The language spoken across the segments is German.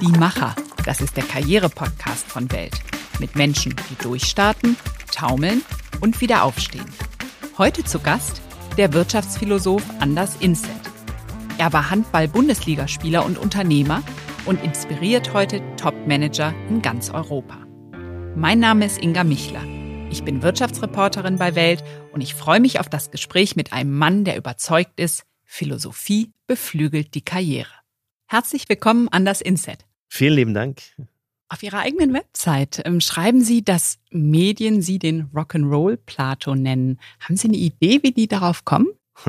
Die Macher, das ist der Karriere-Podcast von Welt. Mit Menschen, die durchstarten, taumeln und wieder aufstehen. Heute zu Gast der Wirtschaftsphilosoph Anders Inset. Er war Handball-Bundesligaspieler und Unternehmer und inspiriert heute Top-Manager in ganz Europa. Mein Name ist Inga Michler. Ich bin Wirtschaftsreporterin bei Welt und ich freue mich auf das Gespräch mit einem Mann, der überzeugt ist, Philosophie beflügelt die Karriere. Herzlich willkommen, Anders Inset. Vielen lieben Dank. Auf Ihrer eigenen Website schreiben Sie, dass Medien Sie den Rock'n'Roll-Plato nennen. Haben Sie eine Idee, wie die darauf kommen?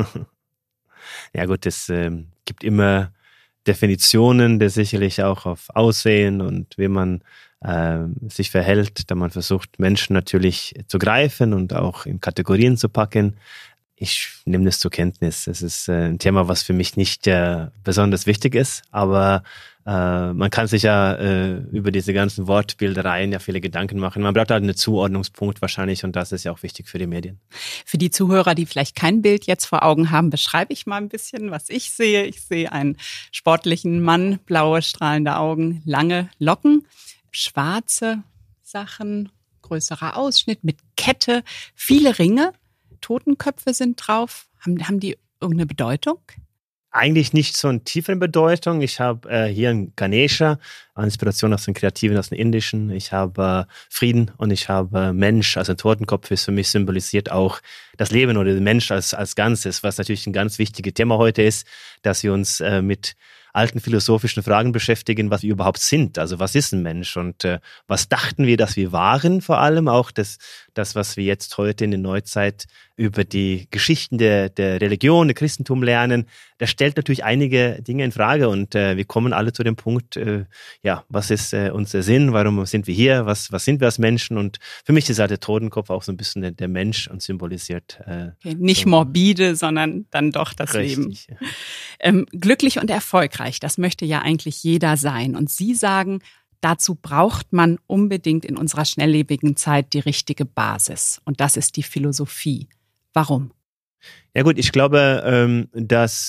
Ja gut, es gibt immer Definitionen, der sicherlich auch auf Aussehen und wie man sich verhält, da man versucht, Menschen natürlich zu greifen und auch in Kategorien zu packen. Ich nehme das zur Kenntnis. Es ist ein Thema, was für mich nicht besonders wichtig ist, aber man kann sich ja über diese ganzen Wortbildereien ja viele Gedanken machen. Man braucht halt einen Zuordnungspunkt wahrscheinlich und das ist ja auch wichtig für die Medien. Für die Zuhörer, die vielleicht kein Bild jetzt vor Augen haben, beschreibe ich mal ein bisschen, was ich sehe. Ich sehe einen sportlichen Mann, blaue, strahlende Augen, lange Locken, schwarze Sachen, größerer Ausschnitt mit Kette, viele Ringe. Totenköpfe sind drauf. Haben die irgendeine Bedeutung? Eigentlich nicht so eine tiefe Bedeutung. Ich habe hier einen Ganesha, eine Inspiration aus den Kreativen, aus dem Indischen. Ich habe Frieden und ich habe Mensch. Also ein Totenkopf ist für mich symbolisiert auch das Leben oder den Mensch als Ganzes, was natürlich ein ganz wichtiges Thema heute ist, dass wir uns mit alten philosophischen Fragen beschäftigen, was wir überhaupt sind. Also was ist ein Mensch und was dachten wir, dass wir waren, vor allem auch das, was wir jetzt heute in der Neuzeit über die Geschichten der Religion, der Christentum lernen, das stellt natürlich einige Dinge in Frage und wir kommen alle zu dem Punkt, was ist unser Sinn, warum sind wir hier, was sind wir als Menschen und für mich ist halt der Totenkopf auch so ein bisschen der Mensch und symbolisiert. Okay, nicht so morbide, sondern dann doch das richtig, Leben. Ja. Glücklich und erfolgreich, das möchte ja eigentlich jeder sein und Sie sagen, dazu braucht man unbedingt in unserer schnelllebigen Zeit die richtige Basis und das ist die Philosophie. Warum? Ja gut, ich glaube, dass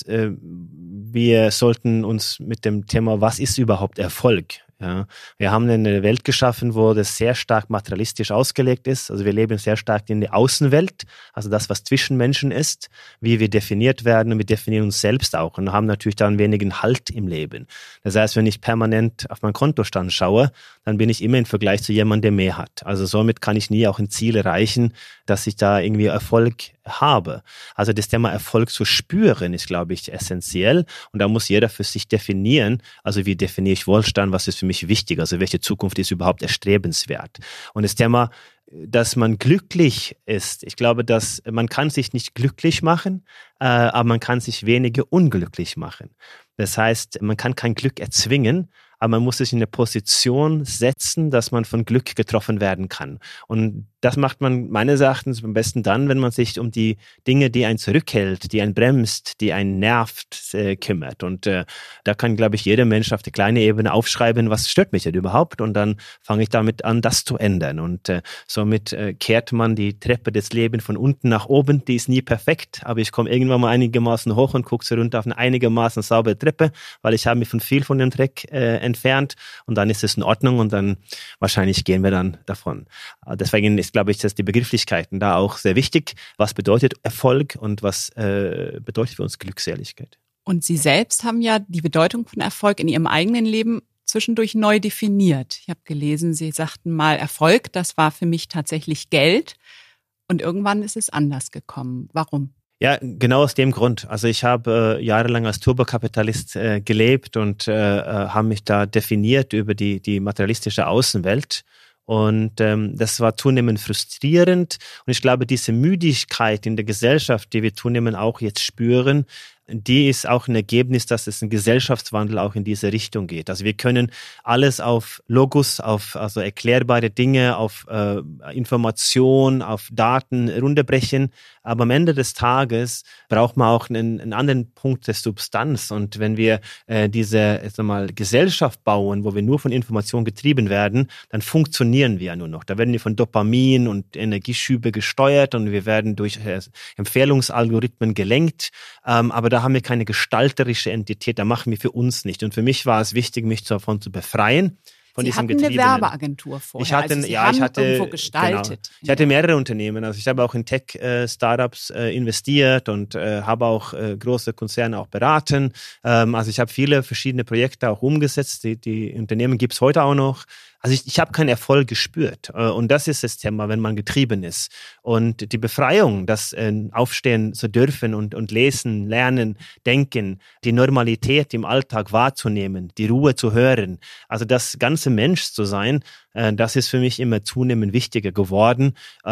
wir sollten uns mit dem Thema, was ist überhaupt Erfolg? Ja, wir haben eine Welt geschaffen, wo das sehr stark materialistisch ausgelegt ist. Also wir leben sehr stark in der Außenwelt, also das, was zwischen Menschen ist, wie wir definiert werden und wir definieren uns selbst auch und haben natürlich da einen wenigen Halt im Leben. Das heißt, wenn ich permanent auf meinen Kontostand schaue, dann bin ich immer im Vergleich zu jemandem, der mehr hat. Also somit kann ich nie auch ein Ziel erreichen, dass ich da irgendwie Erfolg habe. Also das Thema Erfolg zu spüren ist, glaube ich, essentiell und da muss jeder für sich definieren, also wie definiere ich Wohlstand, was ist für mich wichtig, also welche Zukunft ist überhaupt erstrebenswert. Und das Thema, dass man glücklich ist, ich glaube, dass man kann sich nicht glücklich machen, aber man kann sich weniger unglücklich machen. Das heißt, man kann kein Glück erzwingen, aber man muss sich in eine Position setzen, dass man von Glück getroffen werden kann. Und das macht man meines Erachtens am besten dann, wenn man sich um die Dinge, die einen zurückhält, die einen bremst, die einen nervt, kümmert. Und da kann, glaube ich, jeder Mensch auf der kleinen Ebene aufschreiben, was stört mich denn überhaupt? Und dann fange ich damit an, das zu ändern. Und somit kehrt man die Treppe des Lebens von unten nach oben. Die ist nie perfekt, aber ich komme irgendwann mal einigermaßen hoch und gucke so runter auf eine einigermaßen saubere Treppe, weil ich habe mich viel von dem Dreck entfernt und dann ist es in Ordnung und dann wahrscheinlich gehen wir dann davon. Deswegen ist, glaube ich, dass die Begrifflichkeiten da auch sehr wichtig. Was bedeutet Erfolg und was bedeutet für uns Glückseligkeit? Und Sie selbst haben ja die Bedeutung von Erfolg in Ihrem eigenen Leben zwischendurch neu definiert. Ich habe gelesen, Sie sagten mal, Erfolg, das war für mich tatsächlich Geld und irgendwann ist es anders gekommen. Warum? Ja, genau aus dem Grund. Also ich habe jahrelang als Turbokapitalist gelebt und habe mich da definiert über die materialistische Außenwelt. Und das war zunehmend frustrierend. Und ich glaube, diese Müdigkeit in der Gesellschaft, die wir zunehmend auch jetzt spüren, die ist auch ein Ergebnis, dass es ein Gesellschaftswandel auch in diese Richtung geht. Also wir können alles auf Logos, auf also erklärbare Dinge, auf Information, auf Daten runterbrechen. Aber am Ende des Tages braucht man auch einen anderen Punkt der Substanz. Und wenn wir diese Gesellschaft bauen, wo wir nur von Information getrieben werden, dann funktionieren wir ja nur noch. Da werden wir von Dopamin und Energieschübe gesteuert und wir werden durch Empfehlungsalgorithmen gelenkt. Aber da haben wir keine gestalterische Entität, da machen wir für uns nicht. Und für mich war es wichtig, mich davon zu befreien. Sie hatten eine Werbeagentur vorher, ich hatte irgendwo gestaltet. Genau. Ich hatte mehrere Unternehmen, also ich habe auch in Tech-Startups investiert und habe auch große Konzerne auch beraten. Also ich habe viele verschiedene Projekte auch umgesetzt, die Unternehmen gibt es heute auch noch. Also ich habe keinen Erfolg gespürt und das ist das Thema, wenn man getrieben ist. Und die Befreiung, das aufstehen zu dürfen und lesen, lernen, denken, die Normalität im Alltag wahrzunehmen, die Ruhe zu hören, also das ganze Mensch zu sein, das ist für mich immer zunehmend wichtiger geworden,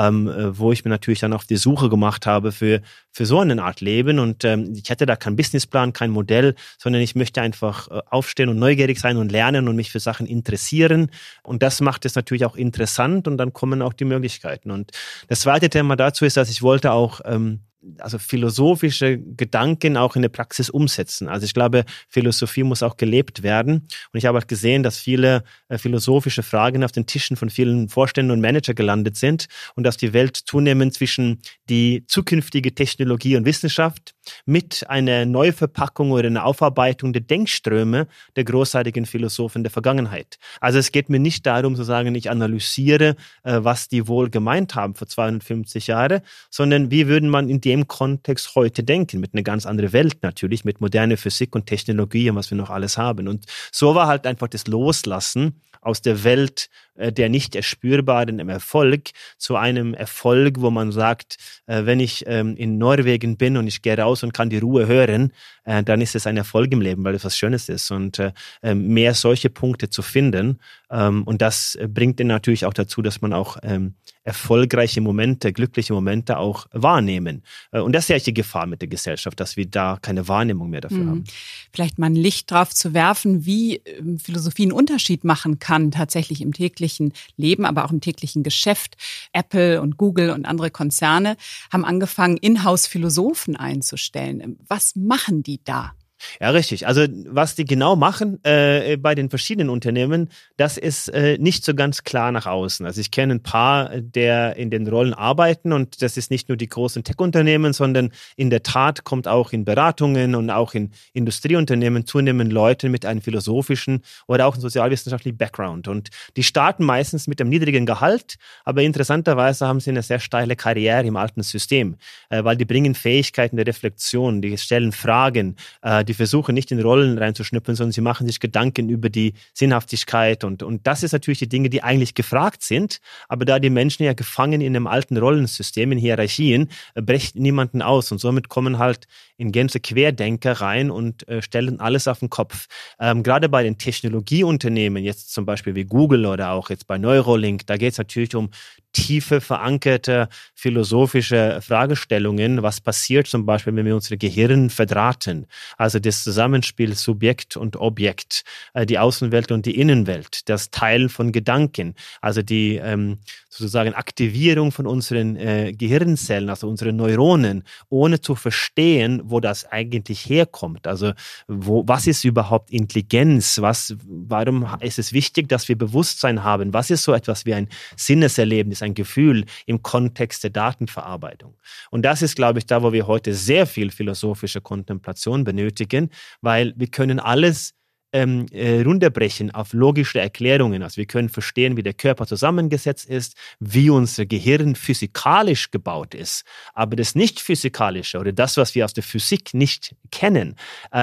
wo ich mir natürlich dann auf die Suche gemacht habe für so eine Art Leben und ich hatte da keinen Businessplan, kein Modell, sondern ich möchte einfach aufstehen und neugierig sein und lernen und mich für Sachen interessieren und das macht es natürlich auch interessant und dann kommen auch die Möglichkeiten. Und das zweite Thema dazu ist, dass ich wollte auch also philosophische Gedanken auch in der Praxis umsetzen. Also ich glaube, Philosophie muss auch gelebt werden. Und ich habe auch gesehen, dass viele philosophische Fragen auf den Tischen von vielen Vorständen und Manager gelandet sind und dass die Welt zunehmend zwischen die zukünftige Technologie und Wissenschaft mit einer Neuverpackung oder einer Aufarbeitung der Denkströme der großartigen Philosophen der Vergangenheit. Also es geht mir nicht darum zu sagen, ich analysiere, was die wohl gemeint haben vor 250 Jahren, sondern wie würde man in dem Kontext heute denken, mit einer ganz anderen Welt natürlich, mit moderner Physik und Technologie und was wir noch alles haben. Und so war halt einfach das Loslassen aus der Welt der nicht erspürbaren Erfolg zu einem Erfolg, wo man sagt, wenn ich in Norwegen bin und ich gehe raus und kann die Ruhe hören, dann ist es ein Erfolg im Leben, weil es was Schönes ist. Und mehr solche Punkte zu finden und das bringt dann natürlich auch dazu, dass man auch erfolgreiche Momente, glückliche Momente auch wahrnehmen. Und das ist ja die Gefahr mit der Gesellschaft, dass wir da keine Wahrnehmung mehr dafür haben. Vielleicht mal ein Licht drauf zu werfen, wie Philosophie einen Unterschied machen kann, tatsächlich im täglichen Leben, aber auch im täglichen Geschäft. Apple und Google und andere Konzerne haben angefangen, Inhouse-Philosophen einzustellen. Was machen die da? Ja, richtig. Also was die genau machen bei den verschiedenen Unternehmen, das ist nicht so ganz klar nach außen. Also ich kenne ein paar, der in den Rollen arbeiten und das ist nicht nur die großen Tech-Unternehmen, sondern in der Tat kommt auch in Beratungen und auch in Industrieunternehmen zunehmend Leute mit einem philosophischen oder auch einem sozialwissenschaftlichen Background. Und die starten meistens mit einem niedrigen Gehalt, aber interessanterweise haben sie eine sehr steile Karriere im alten System, weil die bringen Fähigkeiten der Reflexion, die stellen Fragen, die versuchen nicht in Rollen reinzuschnüpfen, sondern sie machen sich Gedanken über die Sinnhaftigkeit und das ist natürlich die Dinge, die eigentlich gefragt sind, aber da die Menschen ja gefangen in einem alten Rollensystem, in Hierarchien, brechen niemanden aus und somit kommen halt in Gänze Querdenker rein und stellen alles auf den Kopf. Gerade bei den Technologieunternehmen, jetzt zum Beispiel wie Google oder auch jetzt bei Neuralink, da geht es natürlich um tiefe, verankerte philosophische Fragestellungen. Was passiert zum Beispiel, wenn wir unsere Gehirn verdrahten? Also das Zusammenspiel Subjekt und Objekt, die Außenwelt und die Innenwelt, das Teilen von Gedanken, also die sozusagen Aktivierung von unseren Gehirnzellen, also unseren Neuronen, ohne zu verstehen, wo das eigentlich herkommt. Also was ist überhaupt Intelligenz? Warum ist es wichtig, dass wir Bewusstsein haben? Was ist so etwas wie ein Sinneserlebnis, ein Gefühl im Kontext der Datenverarbeitung? Und das ist, glaube ich, da, wo wir heute sehr viel philosophische Kontemplation benötigen, weil wir können alles runterbrechen auf logische Erklärungen. Also wir können verstehen, wie der Körper zusammengesetzt ist, wie unser Gehirn physikalisch gebaut ist. Aber das Nicht-Physikalische oder das, was wir aus der Physik nicht kennen,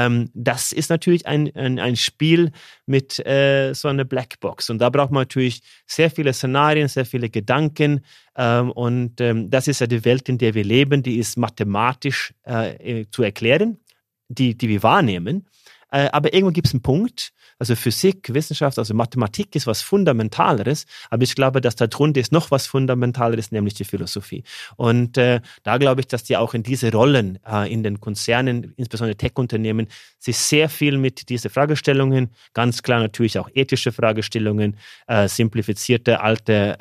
das ist natürlich ein Spiel mit so einer Blackbox. Und da braucht man natürlich sehr viele Szenarien, sehr viele Gedanken. Und das ist ja die Welt, in der wir leben, die ist mathematisch zu erklären, die wir wahrnehmen. Aber irgendwo gibt es einen Punkt, also Physik, Wissenschaft, also Mathematik ist was Fundamentaleres, aber ich glaube, dass darunter ist noch was Fundamentaleres, nämlich die Philosophie. Und da glaube ich, dass die auch in diese Rollen in den Konzernen, insbesondere Tech-Unternehmen, sich sehr viel mit diesen Fragestellungen, ganz klar natürlich auch ethische Fragestellungen, simplifizierte alte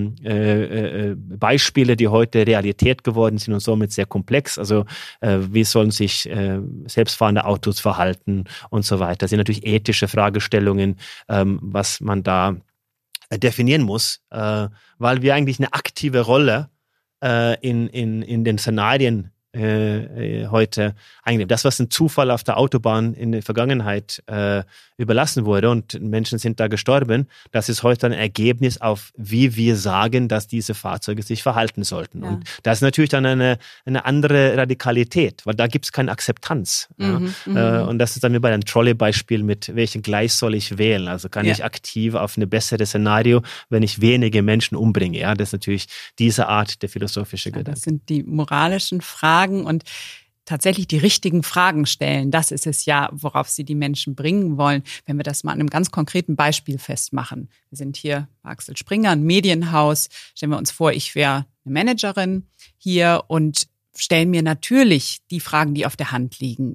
Beispiele, die heute Realität geworden sind und somit sehr komplex. Also wie sollen sich selbstfahrende Autos verhalten und so weiter. Das sind natürlich ethische Fragestellungen, was man da definieren muss, weil wir eigentlich eine aktive Rolle in den Szenarien heute eigentlich. Das, was ein Zufall auf der Autobahn in der Vergangenheit überlassen wurde und Menschen sind da gestorben, das ist heute ein Ergebnis auf, wie wir sagen, dass diese Fahrzeuge sich verhalten sollten. Ja. Und das ist natürlich dann eine andere Radikalität, weil da gibt es keine Akzeptanz. Und das ist dann wie bei einem Trolley-Beispiel mit, welchen Gleis soll ich wählen? Also kann ich aktiv auf eine bessere Szenario, wenn ich wenige Menschen umbringe. Ja, das ist natürlich diese Art der philosophische Gedanke. Das sind die moralischen Fragen und tatsächlich die richtigen Fragen stellen. Das ist es ja, worauf Sie die Menschen bringen wollen. Wenn wir das mal an einem ganz konkreten Beispiel festmachen. Wir sind hier bei Axel Springer, ein Medienhaus. Stellen wir uns vor, ich wäre eine Managerin hier und stellen mir natürlich die Fragen, die auf der Hand liegen.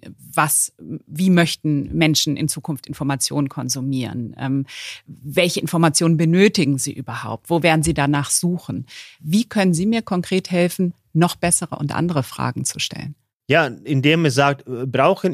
Wie möchten Menschen in Zukunft Informationen konsumieren? Welche Informationen benötigen sie überhaupt? Wo werden sie danach suchen? Wie können Sie mir konkret helfen, noch bessere und andere Fragen zu stellen? Ja, indem er sagt, brauchen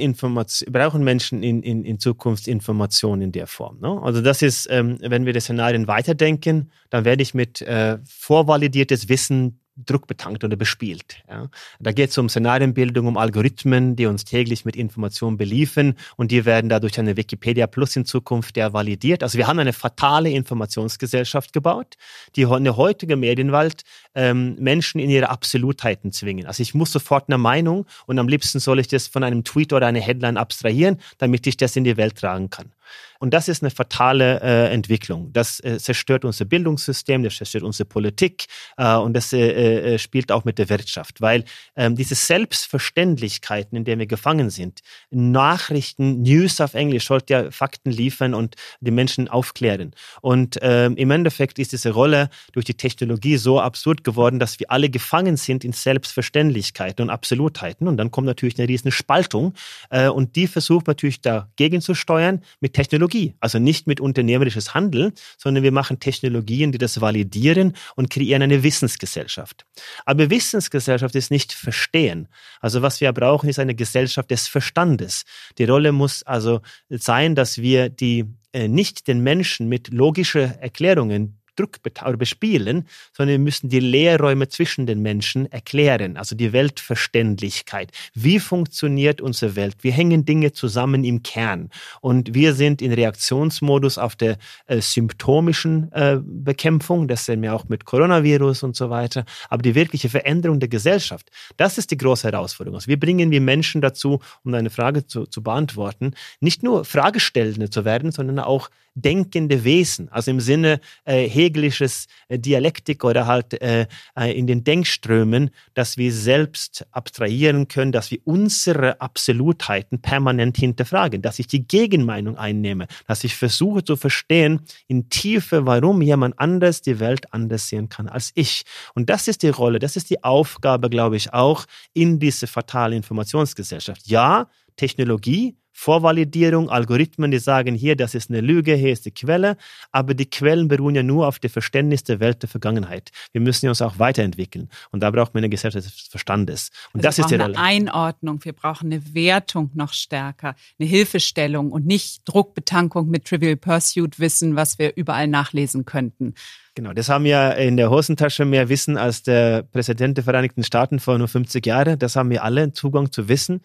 Menschen in Zukunft Informationen in der Form. Ne? Also das ist, wenn wir die Szenarien weiterdenken, dann werde ich mit vorvalidiertes Wissen druckbetankt oder bespielt. Ja. Da geht es um Szenarienbildung, um Algorithmen, die uns täglich mit Informationen beliefern und die werden dadurch eine Wikipedia Plus in Zukunft validiert. Also wir haben eine fatale Informationsgesellschaft gebaut, die in der heutigen Medienwelt Menschen in ihre Absolutheiten zwingen. Also ich muss sofort eine Meinung und am liebsten soll ich das von einem Tweet oder einer Headline abstrahieren, damit ich das in die Welt tragen kann. Und das ist eine fatale Entwicklung. Das zerstört unser Bildungssystem, das zerstört unsere Politik und das spielt auch mit der Wirtschaft, weil diese Selbstverständlichkeiten, in denen wir gefangen sind, Nachrichten, News auf Englisch, sollte ja Fakten liefern und die Menschen aufklären. Und im Endeffekt ist diese Rolle durch die Technologie so absurd geworden, dass wir alle gefangen sind in Selbstverständlichkeiten und Absolutheiten. Und dann kommt natürlich eine riesen Spaltung und die versucht natürlich dagegen zu steuern mit Technologie. Also nicht mit unternehmerisches Handeln, sondern wir machen Technologien, die das validieren und kreieren eine Wissensgesellschaft. Aber Wissensgesellschaft ist nicht Verstehen. Also was wir brauchen, ist eine Gesellschaft des Verstandes. Die Rolle muss also sein, dass wir nicht den Menschen mit logischen Erklärungen bespielen, sondern wir müssen die Leerräume zwischen den Menschen erklären, also die Weltverständlichkeit. Wie funktioniert unsere Welt? Wir hängen Dinge zusammen im Kern und wir sind in Reaktionsmodus auf der symptomischen Bekämpfung, das sehen wir auch mit Coronavirus und so weiter, aber die wirkliche Veränderung der Gesellschaft, das ist die große Herausforderung. Also wir bringen die Menschen dazu, um deine Frage zu beantworten, nicht nur Fragestellende zu werden, sondern auch denkende Wesen, also im Sinne hegelisches Dialektik oder halt in den Denkströmen, dass wir selbst abstrahieren können, dass wir unsere Absolutheiten permanent hinterfragen, dass ich die Gegenmeinung einnehme, dass ich versuche zu verstehen in Tiefe, warum jemand anders die Welt anders sehen kann als ich. Und das ist die Rolle, das ist die Aufgabe, glaube ich, auch in diese fatale Informationsgesellschaft. Ja, Technologie, Vorvalidierung, Algorithmen, die sagen hier, das ist eine Lüge, hier ist die Quelle, aber die Quellen beruhen ja nur auf dem Verständnis der Welt der Vergangenheit. Wir müssen uns auch weiterentwickeln und da braucht man eine Gesellschaft des Verstandes. Und das ist die Rolle. Wir brauchen eine Einordnung, wir brauchen eine Wertung noch stärker, eine Hilfestellung und nicht Druckbetankung mit Trivial Pursuit Wissen, was wir überall nachlesen könnten. Genau, das haben wir in der Hosentasche mehr Wissen als der Präsident der Vereinigten Staaten vor nur 50 Jahren. Das haben wir alle, Zugang zu Wissen.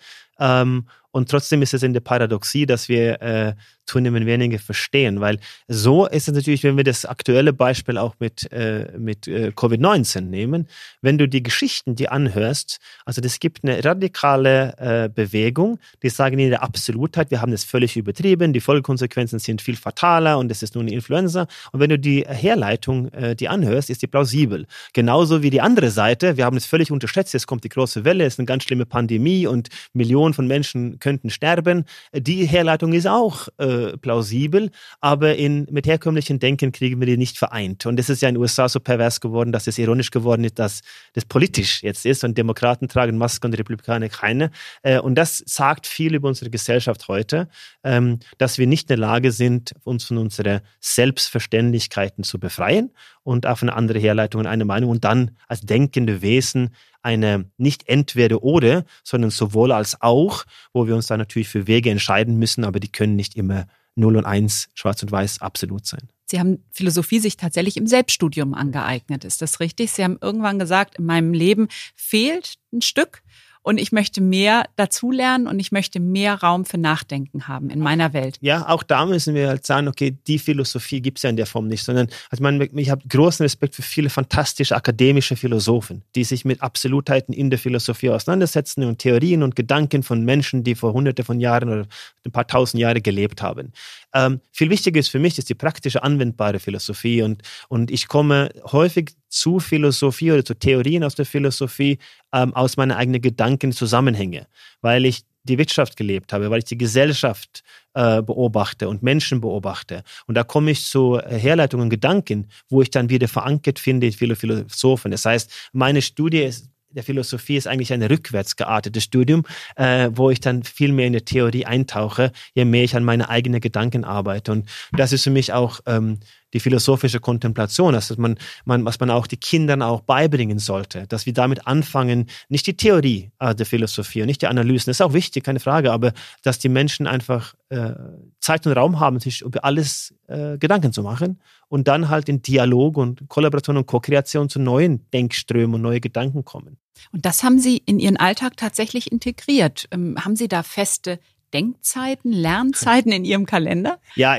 Und trotzdem ist es in der Paradoxie, dass wir zunehmend weniger verstehen, weil so ist es natürlich, wenn wir das aktuelle Beispiel auch mit Covid-19 nehmen, wenn du die Geschichten, die anhörst, also es gibt eine radikale Bewegung, die sagen in der Absolutheit, wir haben das völlig übertrieben, die Folgekonsequenzen sind viel fataler und es ist nur eine Influenza und wenn du die Herleitung, die anhörst, ist die plausibel. Genauso wie die andere Seite, wir haben es völlig unterschätzt, jetzt kommt die große Welle, es ist eine ganz schlimme Pandemie und Millionen von Menschen könnten sterben. Die Herleitung ist auch plausibel, aber mit herkömmlichen Denken kriegen wir die nicht vereint. Und das ist ja in den USA so pervers geworden, dass es ironisch geworden ist, dass das politisch jetzt ist und Demokraten tragen Masken und Republikaner keine. Und das sagt viel über unsere Gesellschaft heute, dass wir nicht in der Lage sind, uns von unseren Selbstverständlichkeiten zu befreien und auf eine andere Herleitung und eine Meinung und dann als denkende Wesen eine nicht entweder oder, sondern sowohl als auch, wo wir uns dann natürlich für Wege entscheiden müssen, aber die können nicht immer 0 und 1, schwarz und weiß, absolut sein. Sie haben Philosophie sich tatsächlich im Selbststudium angeeignet, ist das richtig? Sie haben irgendwann gesagt, in meinem Leben fehlt ein Stück und ich möchte mehr dazulernen und ich möchte mehr Raum für Nachdenken haben in meiner Welt. Ja, auch da müssen wir halt sagen, okay, die Philosophie gibt es ja in der Form nicht, sondern ich habe großen Respekt für viele fantastische akademische Philosophen, die sich mit Absolutheiten in der Philosophie auseinandersetzen und Theorien und Gedanken von Menschen, die vor hunderte von Jahren oder ein paar tausend Jahre gelebt haben. Viel wichtiger ist für mich, ist die praktische, anwendbare Philosophie und ich komme häufig zu Philosophie oder zu Theorien aus der Philosophie aus meinen eigenen Gedankenzusammenhänge, weil ich die Wirtschaft gelebt habe, weil ich die Gesellschaft beobachte und Menschen beobachte. Und da komme ich zu Herleitungen und Gedanken, wo ich dann wieder verankert finde in viele Philosophen. Das heißt, meine Studie der Philosophie ist eigentlich ein rückwärts geartetes Studium, wo ich dann viel mehr in die Theorie eintauche, je mehr ich an meine eigenen Gedanken arbeite. Und das ist für mich auch die philosophische Kontemplation, was man auch die Kindern auch beibringen sollte, dass wir damit anfangen, nicht die Theorie der Philosophie und nicht die Analysen, das ist auch wichtig, keine Frage, aber dass die Menschen einfach Zeit und Raum haben, sich über alles Gedanken zu machen und dann halt in Dialog und Kollaboration und Co-Kreation zu neuen Denkströmen und neue Gedanken kommen. Und das haben Sie in Ihren Alltag tatsächlich integriert. Haben Sie da feste Denkzeiten, Lernzeiten in Ihrem Kalender? Ja,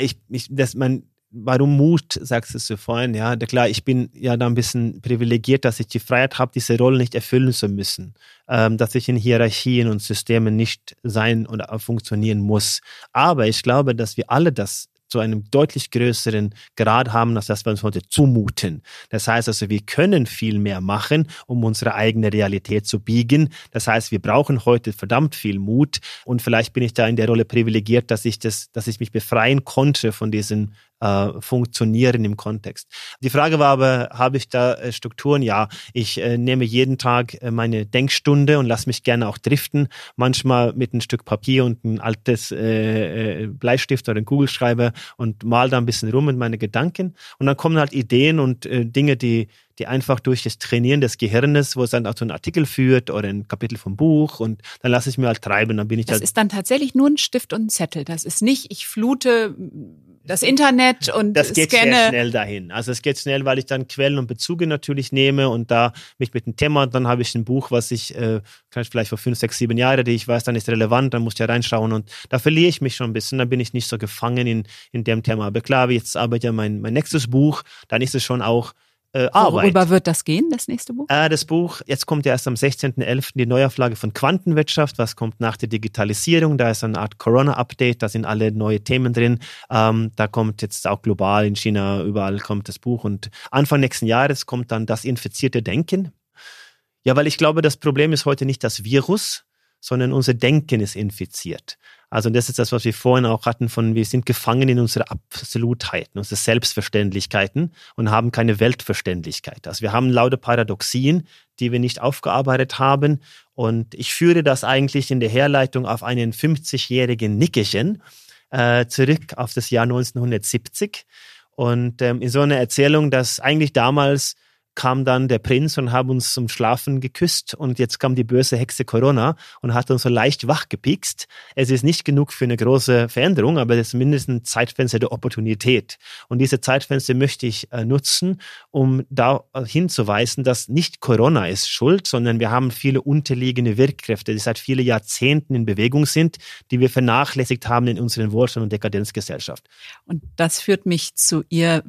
warum Mut, sagst du so vorhin, ja, klar, ich bin ja da ein bisschen privilegiert, dass ich die Freiheit habe, diese Rolle nicht erfüllen zu müssen, dass ich in Hierarchien und Systemen nicht sein oder funktionieren muss. Aber ich glaube, dass wir alle das zu einem deutlich größeren Grad haben, als das wir uns heute zumuten. Das heißt also, wir können viel mehr machen, um unsere eigene Realität zu biegen. Das heißt, wir brauchen heute verdammt viel Mut und vielleicht bin ich da in der Rolle privilegiert, dass ich mich befreien konnte von diesen Funktionieren im Kontext. Die Frage war aber, habe ich da Strukturen? Ja, ich nehme jeden Tag meine Denkstunde und lasse mich gerne auch driften, manchmal mit ein Stück Papier und ein altes Bleistift oder ein Kugelschreiber und mal da ein bisschen rum mit meinen Gedanken und dann kommen halt Ideen und Dinge, die einfach durch das Trainieren des Gehirnes, wo es dann auch so einen Artikel führt oder ein Kapitel vom Buch und dann lasse ich mir halt treiben, dann bin ich Das ist dann tatsächlich nur ein Stift und ein Zettel. Das ist nicht, ich flute das Internet und das geht scanne. Sehr schnell dahin. Also es geht schnell, weil ich dann Quellen und Bezüge natürlich nehme und da mich mit dem Thema, dann habe ich ein Buch, was ich vielleicht vor 5, 6, 7 Jahren, die ich weiß, dann ist relevant, dann muss ich ja reinschauen und da verliere ich mich schon ein bisschen, dann bin ich nicht so gefangen in dem Thema. Aber klar, jetzt arbeite ja mein nächstes Buch, dann ist es schon auch Arbeit. Worüber wird das gehen, das nächste Buch? Das Buch, jetzt kommt ja erst am 16.11. die Neuauflage von Quantenwirtschaft, was kommt nach der Digitalisierung, da ist eine Art Corona-Update, da sind alle neue Themen drin, da kommt jetzt auch global in China, überall kommt das Buch und Anfang nächsten Jahres kommt dann das infizierte Denken. Ja, weil ich glaube, das Problem ist heute nicht das Virus, sondern unser Denken ist infiziert. Also das ist das, was wir vorhin auch hatten wir sind gefangen in unsere Absolutheiten, unsere Selbstverständlichkeiten und haben keine Weltverständlichkeit. Also wir haben lauter Paradoxien, die wir nicht aufgearbeitet haben und ich führe das eigentlich in der Herleitung auf einen 50-jährigen Nickerchen zurück auf das Jahr 1970 und in so einer Erzählung, dass eigentlich damals kam dann der Prinz und hat uns zum Schlafen geküsst und jetzt kam die böse Hexe Corona und hat uns so leicht wachgepikst. Es ist nicht genug für eine große Veränderung, aber es ist mindestens ein Zeitfenster der Opportunität. Und diese Zeitfenster möchte ich nutzen, um da hinzuweisen, dass nicht Corona ist schuld, sondern wir haben viele unterliegende Wirkkräfte, die seit vielen Jahrzehnten in Bewegung sind, die wir vernachlässigt haben in unserer Wohlstand- und Dekadenzgesellschaft. Und das führt mich zu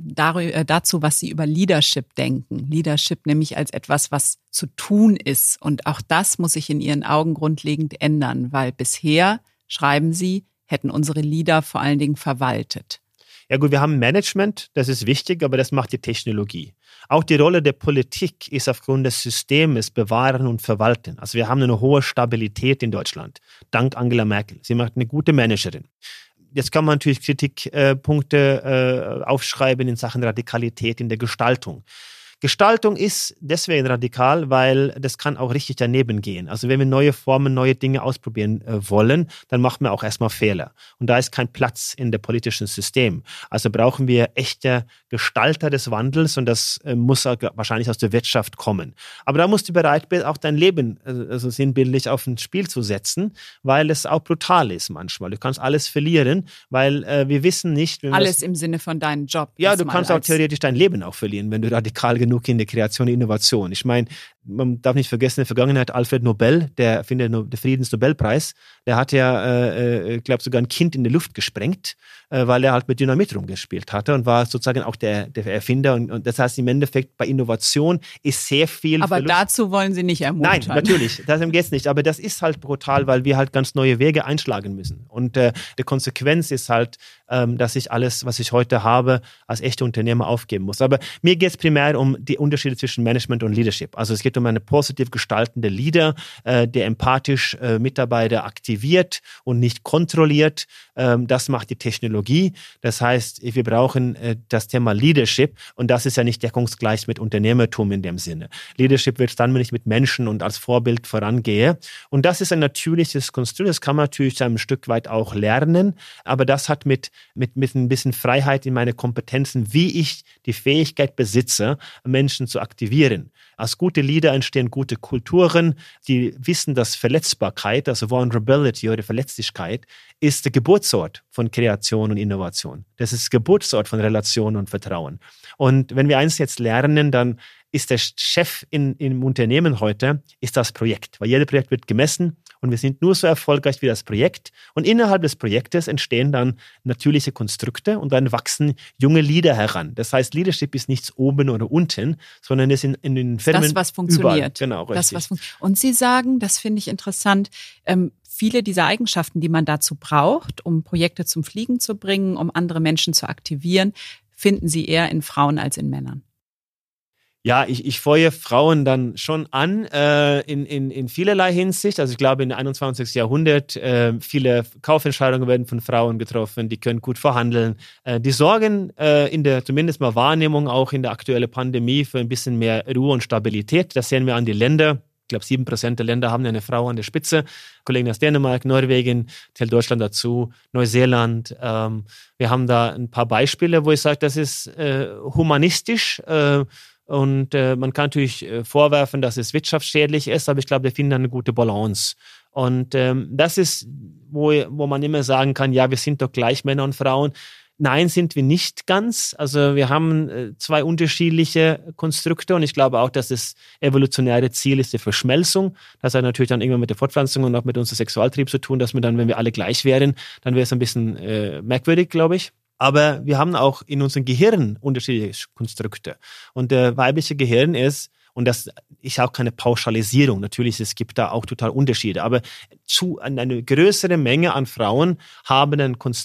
dazu, was Sie über Leadership denken. Leadership nämlich als etwas, was zu tun ist. Und auch das muss sich in Ihren Augen grundlegend ändern, weil bisher, schreiben Sie, hätten unsere Leader vor allen Dingen verwaltet. Ja gut, wir haben Management, das ist wichtig, aber das macht die Technologie. Auch die Rolle der Politik ist aufgrund des Systems bewahren und verwalten. Also wir haben eine hohe Stabilität in Deutschland, dank Angela Merkel. Sie macht eine gute Managerin. Jetzt kann man natürlich Kritikpunkte aufschreiben in Sachen Radikalität in der Gestaltung. Gestaltung ist deswegen radikal, weil das kann auch richtig daneben gehen. Also wenn wir neue Formen, neue Dinge ausprobieren wollen, dann machen wir auch erstmal Fehler. Und da ist kein Platz in der politischen System. Also brauchen wir echte Gestalter des Wandels und das muss wahrscheinlich aus der Wirtschaft kommen. Aber da musst du bereit sein, auch dein Leben also sinnbildlich auf ein Spiel zu setzen, weil es auch brutal ist manchmal. Du kannst alles verlieren, weil wir wissen nicht... Alles im Sinne von deinem Job. Ja, du kannst auch theoretisch dein Leben auch verlieren, wenn du radikal genug in der Kreation und Innovation. Ich meine, man darf nicht vergessen, in der Vergangenheit Alfred Nobel, der Erfinder der Friedensnobelpreis, der hat ja, glaube sogar ein Kind in die Luft gesprengt, weil er halt mit Dynamit rumgespielt hatte und war sozusagen auch der Erfinder. Und das heißt, im Endeffekt bei Innovation ist sehr viel Aber Verlust. Dazu wollen Sie nicht ermuntern. Nein, natürlich, darum geht es nicht. Aber das ist halt brutal, weil wir halt ganz neue Wege einschlagen müssen. Und die Konsequenz ist halt, dass ich alles, was ich heute habe, als echter Unternehmer aufgeben muss. Aber mir geht es primär um die Unterschiede zwischen Management und Leadership. Also es geht um eine positiv gestaltende Leader, der empathisch Mitarbeiter aktiviert und nicht kontrolliert. Das macht die Technologie. Das heißt, wir brauchen das Thema Leadership und das ist ja nicht deckungsgleich mit Unternehmertum in dem Sinne. Leadership wird dann, wenn ich mit Menschen und als Vorbild vorangehe. Und das ist ein natürliches Konstrukt. Das kann man natürlich ein Stück weit auch lernen, aber das hat mit ein bisschen Freiheit in meine Kompetenzen, wie ich die Fähigkeit besitze, Menschen zu aktivieren. Als gute Leader entstehen gute Kulturen, die wissen, dass Verletzbarkeit, also Vulnerability oder Verletzlichkeit, ist der Geburtsort von Kreation und Innovation. Das ist Geburtsort von Relation und Vertrauen. Und wenn wir eins jetzt lernen, dann ist der Chef im Unternehmen heute, ist das Projekt. Weil jedes Projekt wird gemessen und wir sind nur so erfolgreich wie das Projekt. Und innerhalb des Projektes entstehen dann natürliche Konstrukte und dann wachsen junge Leader heran. Das heißt, Leadership ist nichts oben oder unten, sondern es ist in den Firmen das, was funktioniert. Überall. Genau, richtig. Und Sie sagen, das finde ich interessant, viele dieser Eigenschaften, die man dazu braucht, um Projekte zum Fliegen zu bringen, um andere Menschen zu aktivieren, finden Sie eher in Frauen als in Männern. Ja, ich feuere Frauen dann schon an, in vielerlei Hinsicht. Also ich glaube, im 21. Jahrhundert, viele Kaufentscheidungen werden von Frauen getroffen, die können gut verhandeln. Die sorgen in der zumindest mal Wahrnehmung auch in der aktuellen Pandemie für ein bisschen mehr Ruhe und Stabilität. Das sehen wir an die Länder. Ich glaube, 7% der Länder haben eine Frau an der Spitze. Kollegen aus Dänemark, Norwegen, zählt Deutschland dazu, Neuseeland. Wir haben da ein paar Beispiele, wo ich sage, das ist humanistisch. Und man kann natürlich vorwerfen, dass es wirtschaftsschädlich ist, aber ich glaube, wir finden eine gute Balance. Und das ist, wo man immer sagen kann, ja, wir sind doch gleich Männer und Frauen. Nein, sind wir nicht ganz. Also wir haben zwei unterschiedliche Konstrukte und ich glaube auch, dass das evolutionäre Ziel ist die Verschmelzung. Das hat natürlich dann irgendwann mit der Fortpflanzung und auch mit unserem Sexualtrieb zu tun, dass wir dann, wenn wir alle gleich wären, dann wäre es ein bisschen merkwürdig, glaube ich. Aber wir haben auch in unserem Gehirn unterschiedliche Konstrukte. Und der weibliche Gehirn ist, und das ist auch keine Pauschalisierung, natürlich, es gibt da auch total Unterschiede, aber eine größere Menge an Frauen haben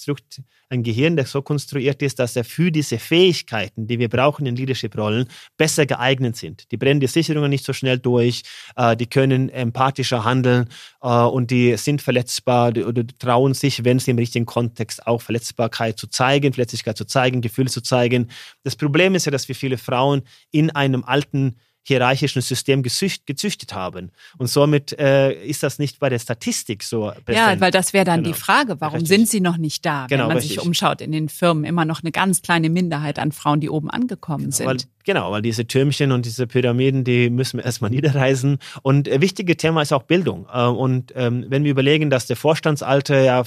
ein Gehirn, das so konstruiert ist, dass er für diese Fähigkeiten, die wir brauchen in Leadership-Rollen, besser geeignet sind. Die brennen die Sicherungen nicht so schnell durch, die können empathischer handeln und die sind verletzbar oder trauen sich, wenn sie im richtigen Kontext auch Verletzlichkeit zu zeigen, Gefühle zu zeigen. Das Problem ist ja, dass wir viele Frauen in einem alten hierarchischen System gezüchtet haben. Und somit ist das nicht bei der Statistik so präsent. Ja, weil das wäre dann die Frage, warum sind sie noch nicht da, wenn man sich umschaut in den Firmen, immer noch eine ganz kleine Minderheit an Frauen, die oben angekommen sind. Weil diese Türmchen und diese Pyramiden, die müssen wir erstmal niederreißen. Und wichtige Thema ist auch Bildung. Und wenn wir überlegen, dass der Vorstandsalter ja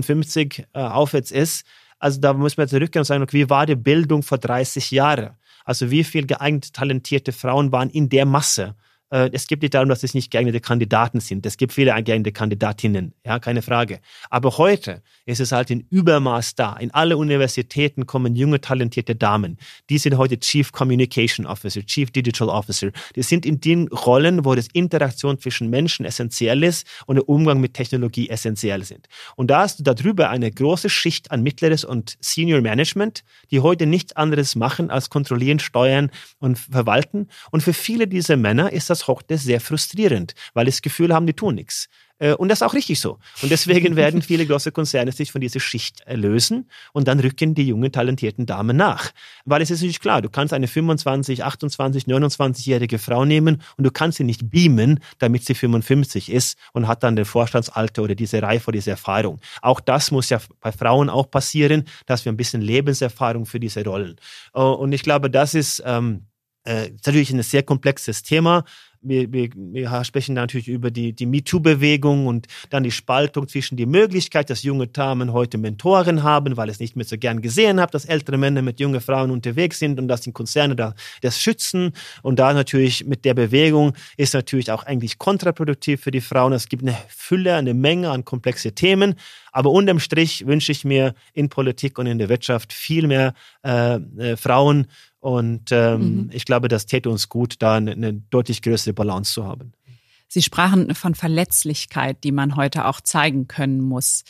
55 aufwärts ist, also da müssen wir zurückgehen und sagen, okay, wie war die Bildung vor 30 Jahren? Also wie viele geeignete, talentierte Frauen waren in der Masse? Es geht nicht darum, dass es nicht geeignete Kandidaten sind. Es gibt viele geeignete Kandidatinnen, ja, keine Frage. Aber heute ist es halt in Übermaß da. In alle Universitäten kommen junge, talentierte Damen. Die sind heute Chief Communication Officer, Chief Digital Officer. Die sind in den Rollen, wo das Interaktion zwischen Menschen essentiell ist und der Umgang mit Technologie essentiell sind. Und da hast du darüber eine große Schicht an mittleres und Senior Management, die heute nichts anderes machen als kontrollieren, steuern und verwalten. Und für viele dieser Männer ist das heute sehr frustrierend, weil sie das Gefühl haben, die tun nichts. Und das ist auch richtig so. Und deswegen werden viele große Konzerne sich von dieser Schicht lösen und dann rücken die jungen, talentierten Damen nach. Weil es ist natürlich klar, du kannst eine 25, 28, 29-jährige Frau nehmen und du kannst sie nicht beamen, damit sie 55 ist und hat dann den Vorstandsalter oder diese Reife oder diese Erfahrung. Auch das muss ja bei Frauen auch passieren, dass wir ein bisschen Lebenserfahrung für diese Rollen. Und ich glaube, das ist natürlich ein sehr komplexes Thema. Wir sprechen natürlich über die MeToo-Bewegung und dann die Spaltung zwischen die Möglichkeit, dass junge Damen heute Mentoren haben, weil es nicht mehr so gern gesehen habe, dass ältere Männer mit jungen Frauen unterwegs sind und dass die Konzerne das schützen. Und da natürlich mit der Bewegung ist natürlich auch eigentlich kontraproduktiv für die Frauen. Es gibt eine Fülle, eine Menge an komplexe Themen. Aber unterm Strich wünsche ich mir in Politik und in der Wirtschaft viel mehr Frauen. Und ich glaube, das täte uns gut, da eine deutlich größere Balance zu haben. Sie sprachen von Verletzlichkeit, die man heute auch zeigen können muss.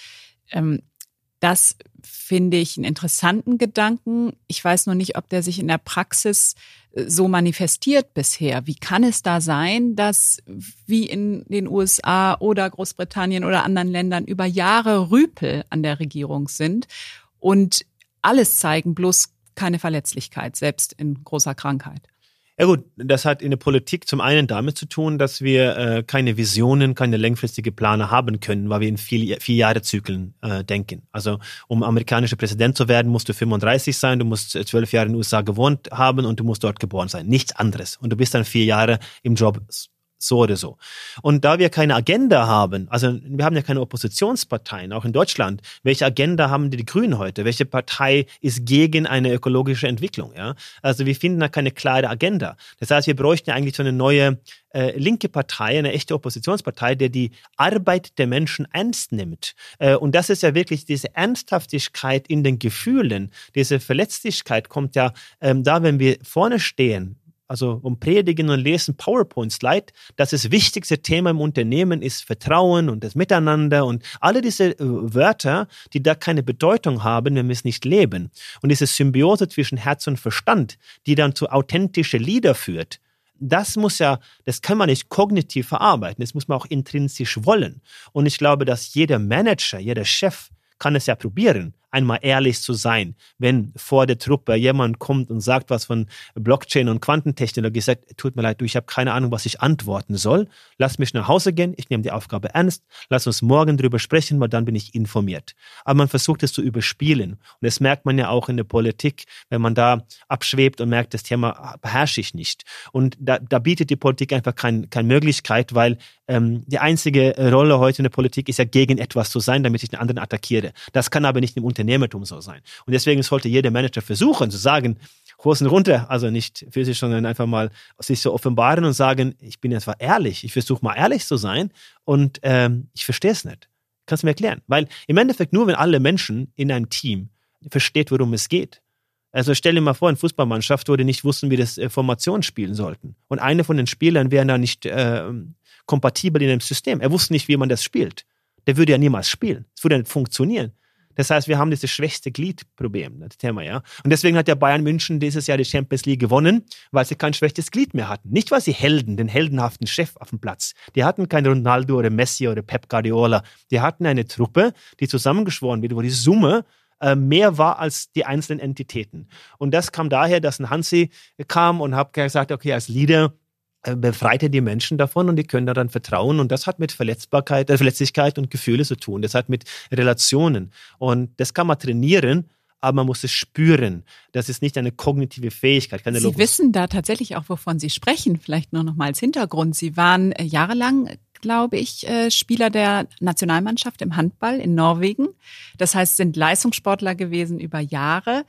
Das finde ich einen interessanten Gedanken. Ich weiß nur nicht, ob der sich in der Praxis so manifestiert bisher. Wie kann es da sein, dass wie in den USA oder Großbritannien oder anderen Ländern über Jahre Rüpel an der Regierung sind und alles zeigen, bloß keine Verletzlichkeit, selbst in großer Krankheit? Ja gut, das hat in der Politik zum einen damit zu tun, dass wir keine Visionen, keine langfristige Pläne haben können, weil wir in 4-Jahre-Zyklen denken. Also um amerikanischer Präsident zu werden, musst du 35 sein, du musst 12 Jahre in den USA gewohnt haben und du musst dort geboren sein. Nichts anderes. Und du bist dann 4 Jahre im Job, so oder so. Und da wir keine Agenda haben, also wir haben ja keine Oppositionsparteien, auch in Deutschland. Welche Agenda haben die Grünen heute? Welche Partei ist gegen eine ökologische Entwicklung? Ja? Also wir finden da keine klare Agenda. Das heißt, wir bräuchten ja eigentlich so eine neue linke Partei, eine echte Oppositionspartei, der die Arbeit der Menschen ernst nimmt. Und das ist ja wirklich diese Ernsthaftigkeit in den Gefühlen, diese Verletzlichkeit kommt ja da, wenn wir vorne stehen, also um predigen und lesen PowerPoint-Slide, dass das wichtigste Thema im Unternehmen ist Vertrauen und das Miteinander und alle diese Wörter, die da keine Bedeutung haben, wenn wir es nicht leben. Und diese Symbiose zwischen Herz und Verstand, die dann zu authentischen Leader führt, das kann man nicht kognitiv verarbeiten, das muss man auch intrinsisch wollen. Und ich glaube, dass jeder Manager, jeder Chef kann es ja probieren, einmal ehrlich zu sein, wenn vor der Truppe jemand kommt und sagt was von Blockchain und Quantentechnologie, sagt, tut mir leid, ich habe keine Ahnung, was ich antworten soll, lass mich nach Hause gehen, ich nehme die Aufgabe ernst, lass uns morgen drüber sprechen, weil dann bin ich informiert. Aber man versucht es zu überspielen und das merkt man ja auch in der Politik, wenn man da abschwebt und merkt, das Thema beherrsche ich nicht. Und da bietet die Politik einfach keine Möglichkeit, weil die einzige Rolle heute in der Politik ist ja gegen etwas zu sein, damit ich den anderen attackiere. Das kann aber nicht im Unternehmertum so sein. Und deswegen sollte jeder Manager versuchen zu sagen, Hosen runter, also nicht physisch, sondern einfach mal sich so offenbaren und sagen, ich bin einfach ehrlich, ich versuche mal ehrlich zu sein und ich verstehe es nicht. Kannst du mir erklären? Weil im Endeffekt nur, wenn alle Menschen in einem Team versteht, worum es geht. Also stell dir mal vor, eine Fußballmannschaft, wo die nicht wussten, wie das Formation spielen sollten. Und einer von den Spielern wäre da nicht kompatibel in dem System. Er wusste nicht, wie man das spielt. Der würde ja niemals spielen. Es würde nicht funktionieren. Das heißt, wir haben dieses schwächste Glied-Problem, das Thema, ja. Und deswegen hat ja Bayern München dieses Jahr die Champions League gewonnen, weil sie kein schwächstes Glied mehr hatten. Nicht, weil sie den heldenhaften Chef auf dem Platz. Die hatten keinen Ronaldo oder Messi oder Pep Guardiola. Die hatten eine Truppe, die zusammengeschworen wird, wo die Summe mehr war als die einzelnen Entitäten. Und das kam daher, dass ein Hansi kam und hat gesagt, okay, als Leader befreit er die Menschen davon und die können da dann vertrauen und das hat mit Verletzlichkeit und Gefühle zu tun. Das hat mit Relationen und das kann man trainieren, aber man muss es spüren. Das ist nicht eine kognitive Fähigkeit. Sie wissen da tatsächlich auch, wovon Sie sprechen. Vielleicht nur noch mal als Hintergrund. Sie waren jahrelang, glaube ich, Spieler der Nationalmannschaft im Handball in Norwegen. Das heißt, sind Leistungssportler gewesen über Jahre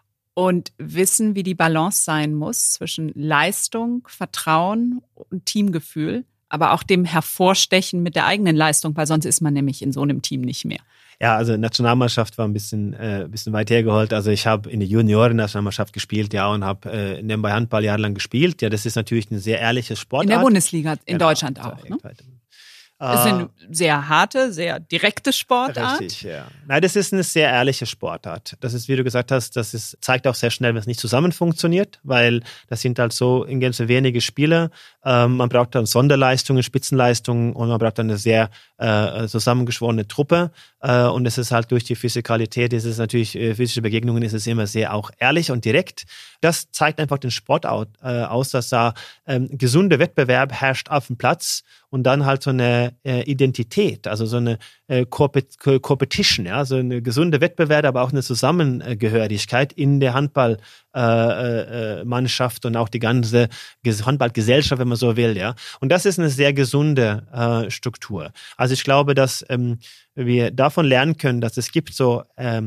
und wissen, wie die Balance sein muss zwischen Leistung, Vertrauen und Teamgefühl, aber auch dem Hervorstechen mit der eigenen Leistung, weil sonst ist man nämlich in so einem Team nicht mehr. Ja, also Nationalmannschaft war ein bisschen weit hergeholt. Also ich habe in der Junioren-Nationalmannschaft gespielt, ja, und habe nebenbei Handball jahrelang gespielt. Ja, das ist natürlich eine sehr ehrliche Sportart. In der Bundesliga, in Deutschland auch, ne? Das ist eine sehr harte, sehr direkte Sportart. Richtig, ja. Nein, das ist eine sehr ehrliche Sportart. Das ist, wie du gesagt hast, zeigt auch sehr schnell, wenn es nicht zusammen funktioniert, weil das sind halt so in Gänze wenige Spieler. Man braucht dann Sonderleistungen, Spitzenleistungen und man braucht dann eine sehr zusammengeschworene Truppe. Und es ist halt durch die Physikalität, physische Begegnungen, ist es immer sehr auch ehrlich und direkt. Das zeigt einfach den Sport aus, dass da gesunder Wettbewerb herrscht auf dem Platz. und dann halt so eine Identität, also so eine Competition, ja, so eine gesunde Wettbewerb, aber auch eine Zusammengehörigkeit in der Handballmannschaft und auch die ganze Handballgesellschaft, wenn man so will, ja. Und das ist eine sehr gesunde Struktur. Also ich glaube, dass wir davon lernen können, dass es gibt so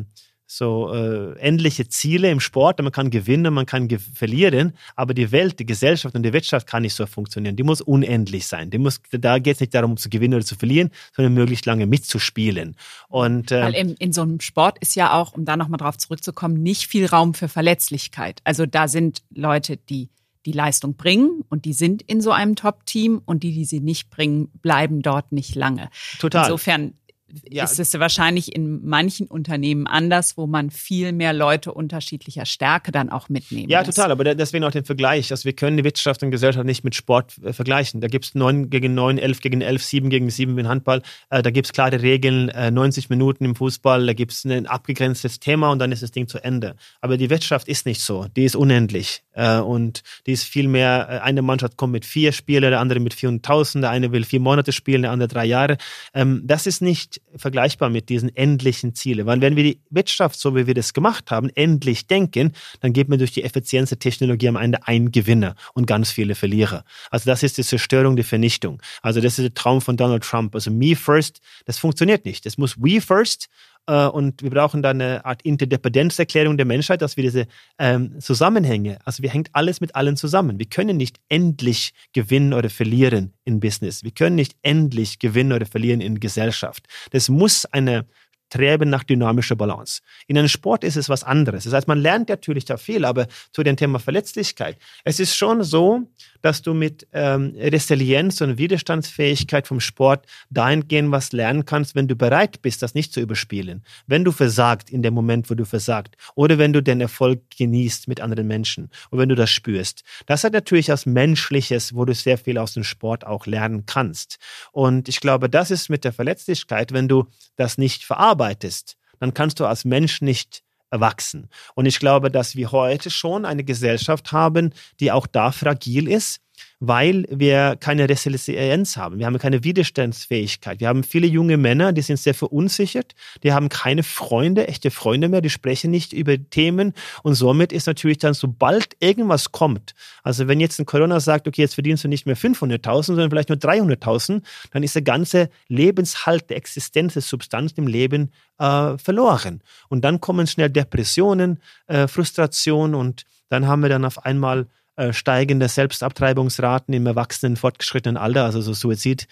endliche Ziele im Sport, man kann gewinnen, man kann verlieren, aber die Welt, die Gesellschaft und die Wirtschaft kann nicht so funktionieren. Die muss unendlich sein. Da geht es nicht darum, zu gewinnen oder zu verlieren, sondern möglichst lange mitzuspielen. Und, weil in so einem Sport ist ja auch, um da nochmal drauf zurückzukommen, nicht viel Raum für Verletzlichkeit. Also da sind Leute, die die Leistung bringen und die sind in so einem Top-Team und die sie nicht bringen, bleiben dort nicht lange. Total. Insofern ist es wahrscheinlich in manchen Unternehmen anders, wo man viel mehr Leute unterschiedlicher Stärke dann auch mitnehmen Ja, lässt. total, aber deswegen auch den Vergleich. Also wir können die Wirtschaft und Gesellschaft nicht mit Sport vergleichen. Da gibt es 9 gegen 9, 11 gegen 11, 7 gegen 7 im Handball. Da gibt es klare Regeln, 90 Minuten im Fußball, da gibt es ein abgegrenztes Thema und dann ist das Ding zu Ende. Aber die Wirtschaft ist nicht so, die ist unendlich. Und die ist viel mehr, eine Mannschaft kommt mit 4 Spielern, der andere mit 400.000, der eine will 4 Monate spielen, der andere 3 Jahre. Das ist nicht vergleichbar mit diesen endlichen Zielen. Weil wenn wir die Wirtschaft, so wie wir das gemacht haben, endlich denken, dann geht man durch die Effizienz der Technologie am Ende einen Gewinner und ganz viele Verlierer. Also das ist die Zerstörung, die Vernichtung. Also das ist der Traum von Donald Trump. Also me first, das funktioniert nicht. Es muss we first. Und wir brauchen dann eine Art Interdependenzerklärung der Menschheit, dass wir diese Zusammenhänge, also wir hängt alles mit allen zusammen. Wir können nicht endlich gewinnen oder verlieren in Business. Wir können nicht endlich gewinnen oder verlieren in Gesellschaft. Das muss eine Streben nach dynamischer Balance. In einem Sport ist es was anderes. Das heißt, man lernt natürlich da viel, aber zu dem Thema Verletzlichkeit. Es ist schon so, dass du mit Resilienz und Widerstandsfähigkeit vom Sport dahingehend was lernen kannst, wenn du bereit bist, das nicht zu überspielen. Wenn du versagst in dem Moment, wo du versagst oder wenn du den Erfolg genießt mit anderen Menschen und wenn du das spürst. Das hat natürlich was Menschliches, wo du sehr viel aus dem Sport auch lernen kannst. Und ich glaube, das ist mit der Verletzlichkeit, wenn du das nicht verarbeitest, dann kannst du als Mensch nicht erwachsen. Und ich glaube, dass wir heute schon eine Gesellschaft haben, die auch da fragil ist, weil wir keine Resilienz haben. Wir haben keine Widerstandsfähigkeit. Wir haben viele junge Männer, die sind sehr verunsichert. Die haben keine Freunde, echte Freunde mehr. Die sprechen nicht über Themen. Und somit ist natürlich dann, sobald irgendwas kommt, also wenn jetzt ein Corona sagt, okay, jetzt verdienst du nicht mehr 500.000, sondern vielleicht nur 300.000, dann ist der ganze Lebenshalt, der Existenz, der Substanz im Leben verloren. Und dann kommen schnell Depressionen, Frustration und dann haben wir dann auf einmal steigende Selbstabtreibungsraten im erwachsenen, fortgeschrittenen Alter, also so Suizid,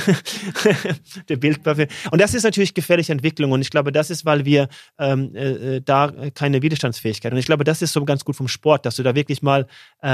der Bildwaffe. Und das ist natürlich gefährliche Entwicklung und ich glaube, das ist, weil wir da keine Widerstandsfähigkeit und ich glaube, das ist so ganz gut vom Sport, dass du da wirklich mal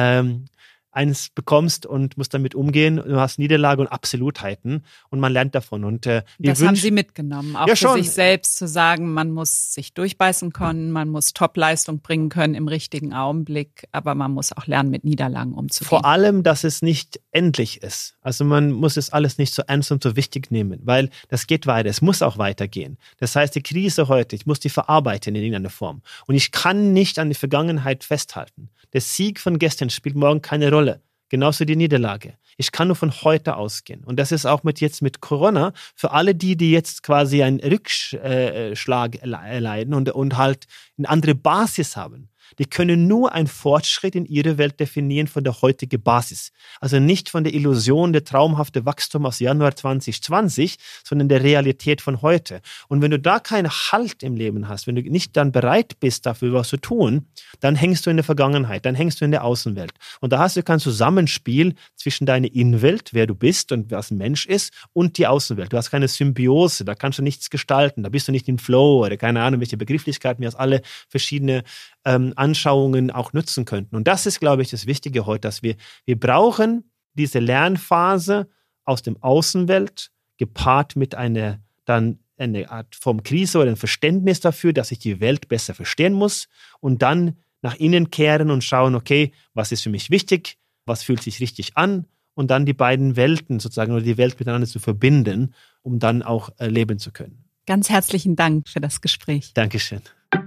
eins bekommst und musst damit umgehen. Du hast Niederlage und Absolutheiten und man lernt davon. Und das haben Sie mitgenommen, auch ja, für sich selbst zu sagen, man muss sich durchbeißen können, man muss Top-Leistung bringen können im richtigen Augenblick, aber man muss auch lernen, mit Niederlagen umzugehen. Vor allem, dass es nicht endlich ist. Also man muss es alles nicht so ernst und so wichtig nehmen, weil das geht weiter, es muss auch weitergehen. Das heißt, die Krise heute, ich muss die verarbeiten in irgendeiner Form. Und ich kann nicht an die Vergangenheit festhalten. Der Sieg von gestern spielt morgen keine Rolle. Genauso die Niederlage. Ich kann nur von heute ausgehen. Und das ist auch mit Corona, für alle die jetzt quasi einen Rückschlag erleiden und halt eine andere Basis haben. Die können nur einen Fortschritt in ihrer Welt definieren von der heutigen Basis. Also nicht von der Illusion, der traumhafte Wachstum aus Januar 2020, sondern der Realität von heute. Und wenn du da keinen Halt im Leben hast, wenn du nicht dann bereit bist, dafür was zu tun, dann hängst du in der Vergangenheit, dann hängst du in der Außenwelt. Und da hast du kein Zusammenspiel zwischen deiner Innenwelt, wer du bist und was ein Mensch ist, und die Außenwelt. Du hast keine Symbiose, da kannst du nichts gestalten, da bist du nicht im Flow oder keine Ahnung, welche Begrifflichkeiten wir aus alle verschiedene Anschauungen auch nutzen könnten. Und das ist, glaube ich, das Wichtige heute, dass wir brauchen diese Lernphase aus dem Außenwelt gepaart mit eine Art von Krise oder ein Verständnis dafür, dass ich die Welt besser verstehen muss und dann nach innen kehren und schauen, okay, was ist für mich wichtig, was fühlt sich richtig an und dann die beiden Welten sozusagen oder die Welt miteinander zu verbinden, um dann auch leben zu können. Ganz herzlichen Dank für das Gespräch. Dankeschön.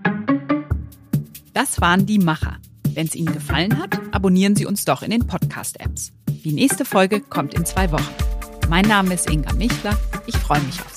Das waren die Macher. Wenn es Ihnen gefallen hat, abonnieren Sie uns doch in den Podcast-Apps. Die nächste Folge kommt in 2 Wochen. Mein Name ist Inga Michler. Ich freue mich auf